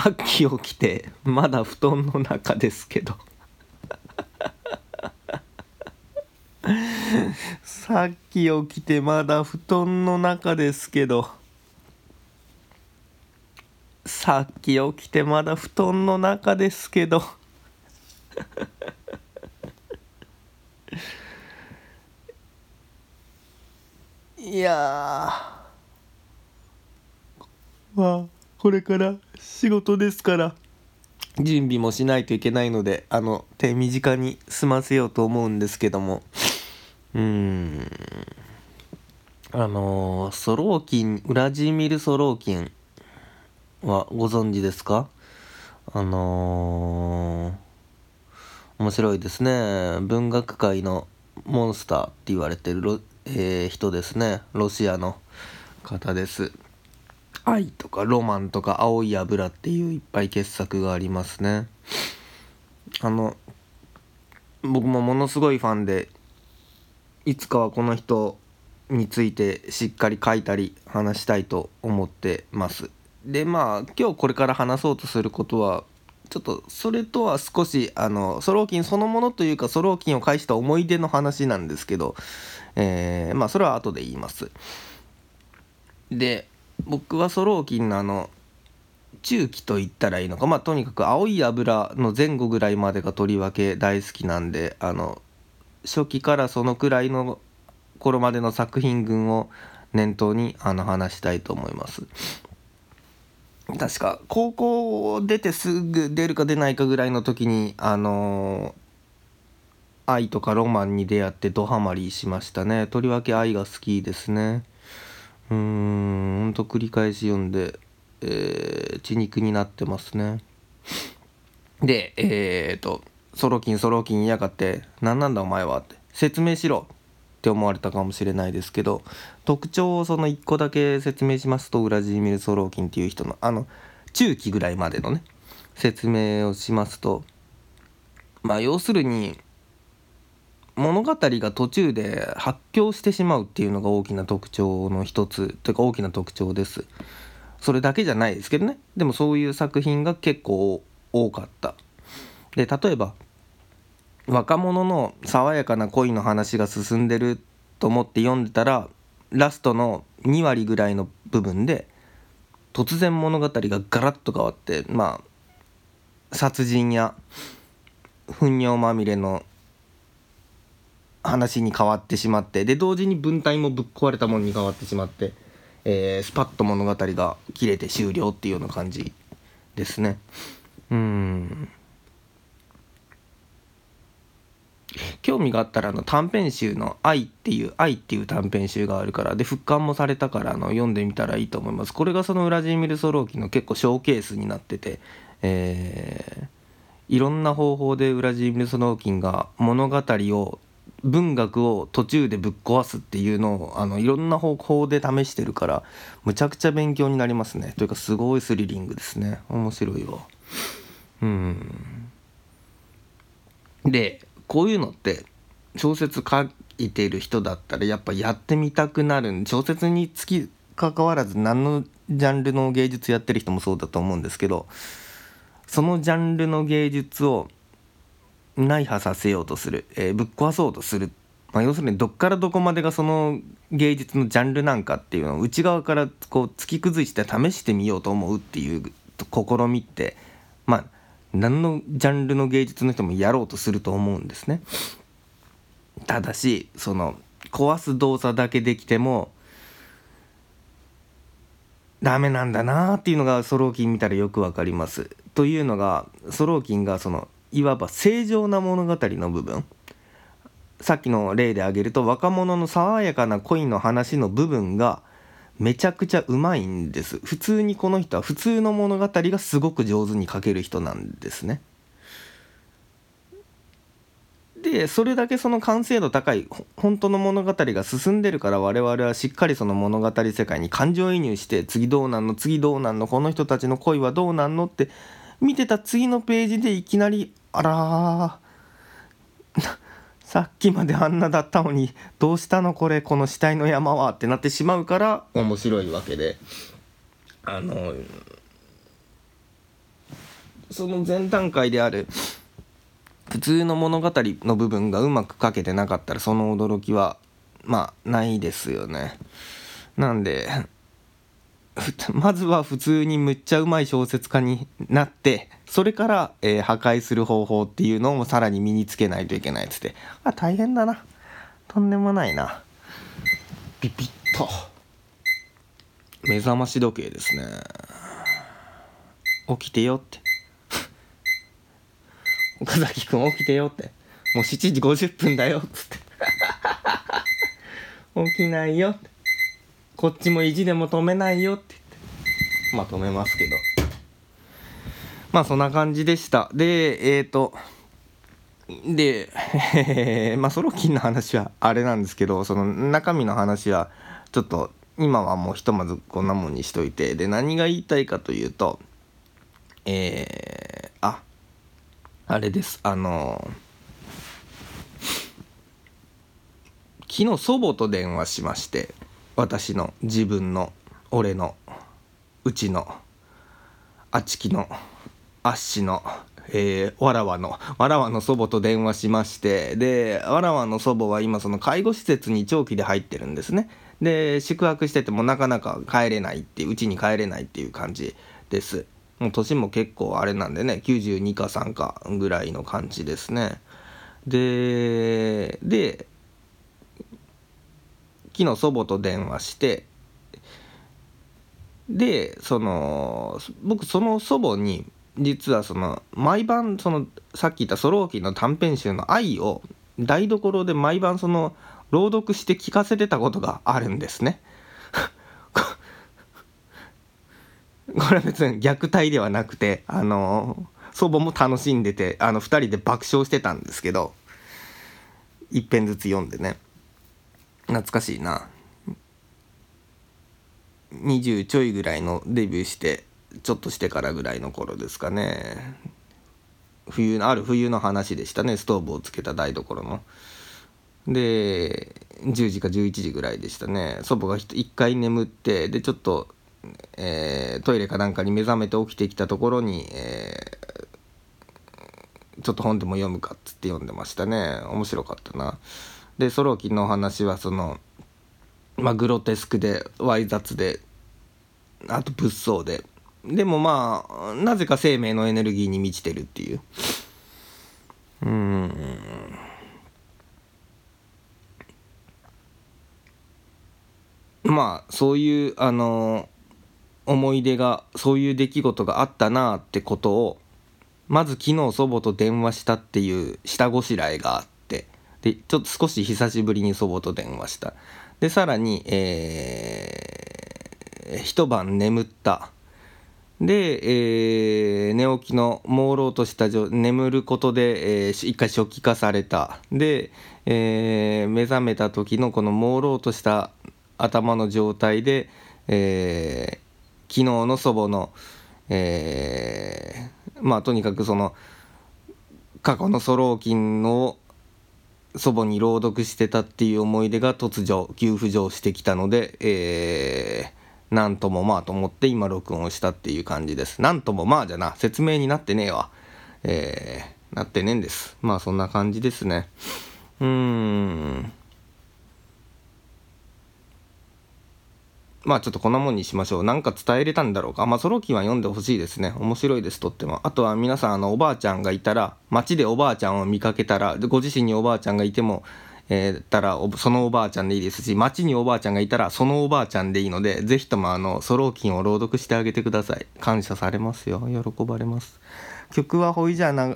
さっき起きてまだ布団の中ですけどさっき起きてまだ布団の中ですけどさっき起きてまだ布団の中ですけどいやまあこれから仕事ですから準備もしないといけないので手短に済ませようと思うんですけどもソローキンウラジーミル・ソローキンはご存知ですか？面白いですね。文学界のモンスターって言われてる人ですね。ロシアの方です。愛とかロマンとか青い油っていういっぱい傑作がありますね。僕もものすごいファンでいつかはこの人についてしっかり書いたり話したいと思ってます。で今日これから話そうとすることはちょっとそれとは少しソローキンそのものというかソローキンを介した思い出の話なんですけど、それは後で言います。で僕はソローキンの中期と言ったらいいのか、とにかく青い油の前後ぐらいまでがとりわけ大好きなんで初期からそのくらいの頃までの作品群を念頭に話したいと思います。確か高校出てすぐ出るか出ないかぐらいの時に愛とかロマンに出会ってドハマりしましたね。とりわけ愛が好きですね。ほんと繰り返し読んで、血肉になってますね。でソロキン言いやがって何なんだお前はって説明しろって思われたかもしれないですけど、特徴をその1個だけ説明しますと、ウラジーミル・ソローキンっていう人の中期ぐらいまでのね説明をしますと、要するに物語が途中で発狂してしまうっていうのが大きな特徴の一つというか大きな特徴です。それだけじゃないですけどね。でもそういう作品が結構多かった。で例えば若者の爽やかな恋の話が進んでると思って読んでたら、ラストの2割ぐらいの部分で突然物語がガラッと変わって、殺人や糞尿まみれの話に変わってしまって、で同時に文体もぶっ壊れたものに変わってしまって、スパッと物語が切れて終了っていうような感じですね。興味があったら短編集の愛っていう短編集があるからで復刊もされたから読んでみたらいいと思います。これがそのウラジーミル・ソローキンの結構ショーケースになってて、いろんな方法でウラジーミル・ソローキンが物語を文学を途中でぶっ壊すっていうのをいろんな方法で試してるからむちゃくちゃ勉強になりますね。というかすごいスリリングですね。面白いわ。でこういうのって小説書いている人だったらやっぱやってみたくなる。小説につき関わらず何のジャンルの芸術やってる人もそうだと思うんですけど、そのジャンルの芸術を内破させようとする、ぶっ壊そうとする、要するにどっからどこまでがその芸術のジャンルなんかっていうのを内側からこう突き崩して試してみようと思うっていう試みって何のジャンルの芸術の人もやろうとすると思うんですね。ただしその壊す動作だけできてもダメなんだなっていうのがソローキン見たらよくわかります。というのがソローキンがそのいわば正常な物語の部分、さっきの例で挙げると若者の爽やかな恋の話の部分がめちゃくちゃうまいんです。普通にこの人は普通の物語がすごく上手に書ける人なんですね。でそれだけその完成度高い本当の物語が進んでるから我々はしっかりその物語世界に感情移入して次どうなんのこの人たちの恋はどうなんのって見てた次のページでいきなりあらさっきまであんなだったのにどうしたのこの死体の山はってなってしまうから面白いわけで、 その前段階である普通の物語の部分がうまく書けてなかったらその驚きはまあないですよね。なんでまずは普通にむっちゃうまい小説家になってそれから、破壊する方法っていうのをさらに身につけないといけないっつって、大変だな、とんでもないな。ピピッと目覚まし時計ですね。起きてよって岡崎くん起きてよって、もう7時50分だよっつって起きないよって、こっちも意地でも止めないよって言って止めますけど、そんな感じでした。でソロキンの話はあれなんですけど、その中身の話はちょっと今はもうひとまずこんなもんにしといて、で何が言いたいかというとあれです。昨日祖母と電話しまして、私の自分の俺のうちのあちきのあっしのわらわの祖母と電話しまして、でわらわの祖母は今その介護施設に長期で入ってるんですね。で宿泊しててもなかなか帰れないっていう、うちに帰れないっていう感じです。もう年も結構あれなんでね、92か3かぐらいの感じですね。で昨日祖母と電話して、で僕その祖母に実は毎晩さっき言ったソローキンの短編集の愛を台所で毎晩朗読して聞かせてたことがあるんですねこれは別に虐待ではなくて、祖母も楽しんでて2人で爆笑してたんですけど、一編ずつ読んでね、懐かしいな。20ちょいぐらいのデビューしてちょっとしてからぐらいの頃ですかね。冬の話でしたね。ストーブをつけた台所ので10時か11時ぐらいでしたね。祖母が一回眠って、でちょっと、トイレかなんかに目覚めて起きてきたところに、ちょっと本でも読むかっつって読んでましたね。面白かったな。でソロキンのお話はグロテスクでわい雑で、あと物騒で、でもなぜか生命のエネルギーに満ちてるっていう、そういう思い出が、そういう出来事があったなってことを、まず昨日祖母と電話したっていう下ごしらえがあって、でちょっと少し久しぶりに祖母と電話した。でさらに、一晩眠った。で、寝起きの朦朧とした眠ることで、一回初期化された。で、目覚めた時のこの朦朧とした頭の状態で、昨日の祖母の、とにかく過去のソローキンを祖母に朗読してたっていう思い出が突如急浮上してきたので、なんともと思って今録音をしたっていう感じです。なんともじゃな、説明になってねえわ。なってねえんです。そんな感じですね。ちょっとこんなもんにしましょう。なんか伝えれたんだろうか。ソロキンは読んでほしいですね。面白いです、とっても。あとは皆さんおばあちゃんがいたら、街でおばあちゃんを見かけたら、ご自身におばあちゃんがいてもそのおばあちゃんでいいですし、街におばあちゃんがいたらそのおばあちゃんでいいので、ぜひともソローキンを朗読してあげてください。感謝されますよ。喜ばれます。曲はほいじゃ眠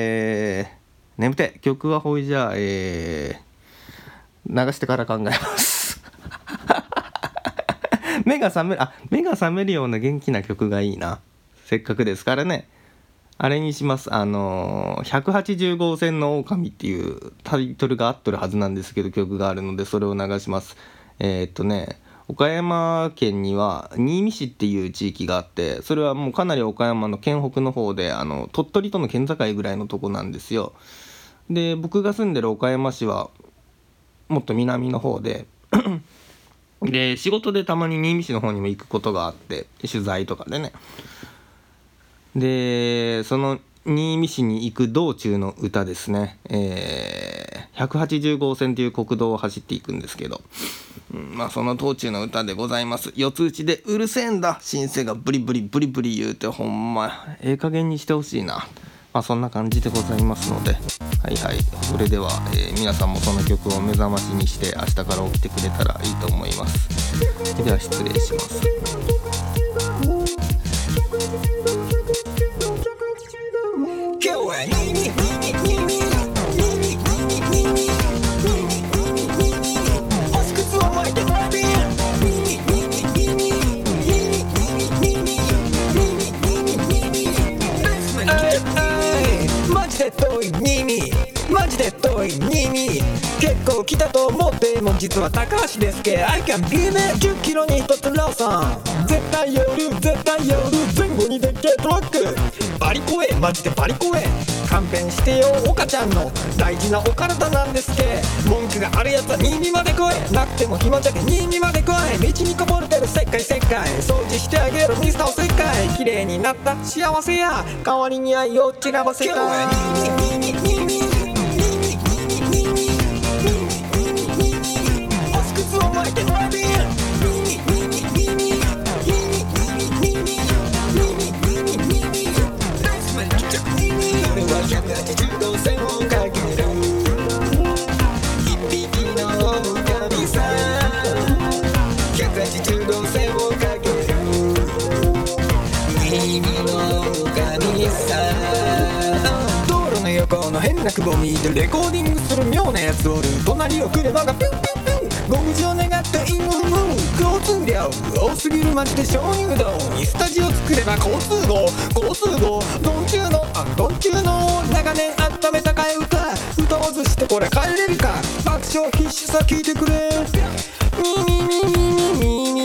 て曲はほいじゃ流してから考えます目が覚めるような元気な曲がいいな。せっかくですからね。あれにします。180号線の狼っていうタイトルが合っとるはずなんですけど、曲があるのでそれを流します。岡山県には新見市っていう地域があって、それはもうかなり岡山の県北の方で鳥取との県境ぐらいのとこなんですよ。で僕が住んでる岡山市はもっと南の方でで仕事でたまに新見市の方にも行くことがあって、取材とかでね。 でその新見市に行く道中の歌ですね、180号線という国道を走っていくんですけど、その道中の歌でございます。四つ打ちでうるせえんだシンセがブリブリブリブリ言うて、ほんまええ加減にしてほしいな。そんな感じでございますので、それでは、皆さんもその曲を目覚ましにして明日から起きてくれたらいいと思います。では失礼します。今日は星屑を巻いてドライビンマジで遠い耳、マジで遠い耳、結構来たと思っても実は高橋ですけ I can be me 10キロに1つローソン、絶対夜前後にでっけえトラック、バリ怖えマジでバリ怖え、勘弁してよ岡ちゃんの大事なお体なんですけ、文句があるやつは新見まで来い、なくても暇じゃけ新見まで来い、道にこぼれてるせっかい掃除してあげるミスターおせっかい、綺麗になった幸せや代わりに愛を散らばせた、今日は星屑を巻いてドライビン180度線をかける一匹の狼さん、180度線をかける二匹の狼さん、道路の横の変なくぼみでレコーディングする妙なやつおる、隣を車がピュンピュンピュン、ご無事を願ってインフム交通量多すぎる街で鍾乳洞にスタジオ作れば交通号ドン中の長年温めた替え歌わずしてこれ帰れるか、爆笑必死さ聞いてくれ、ミミミミミミミ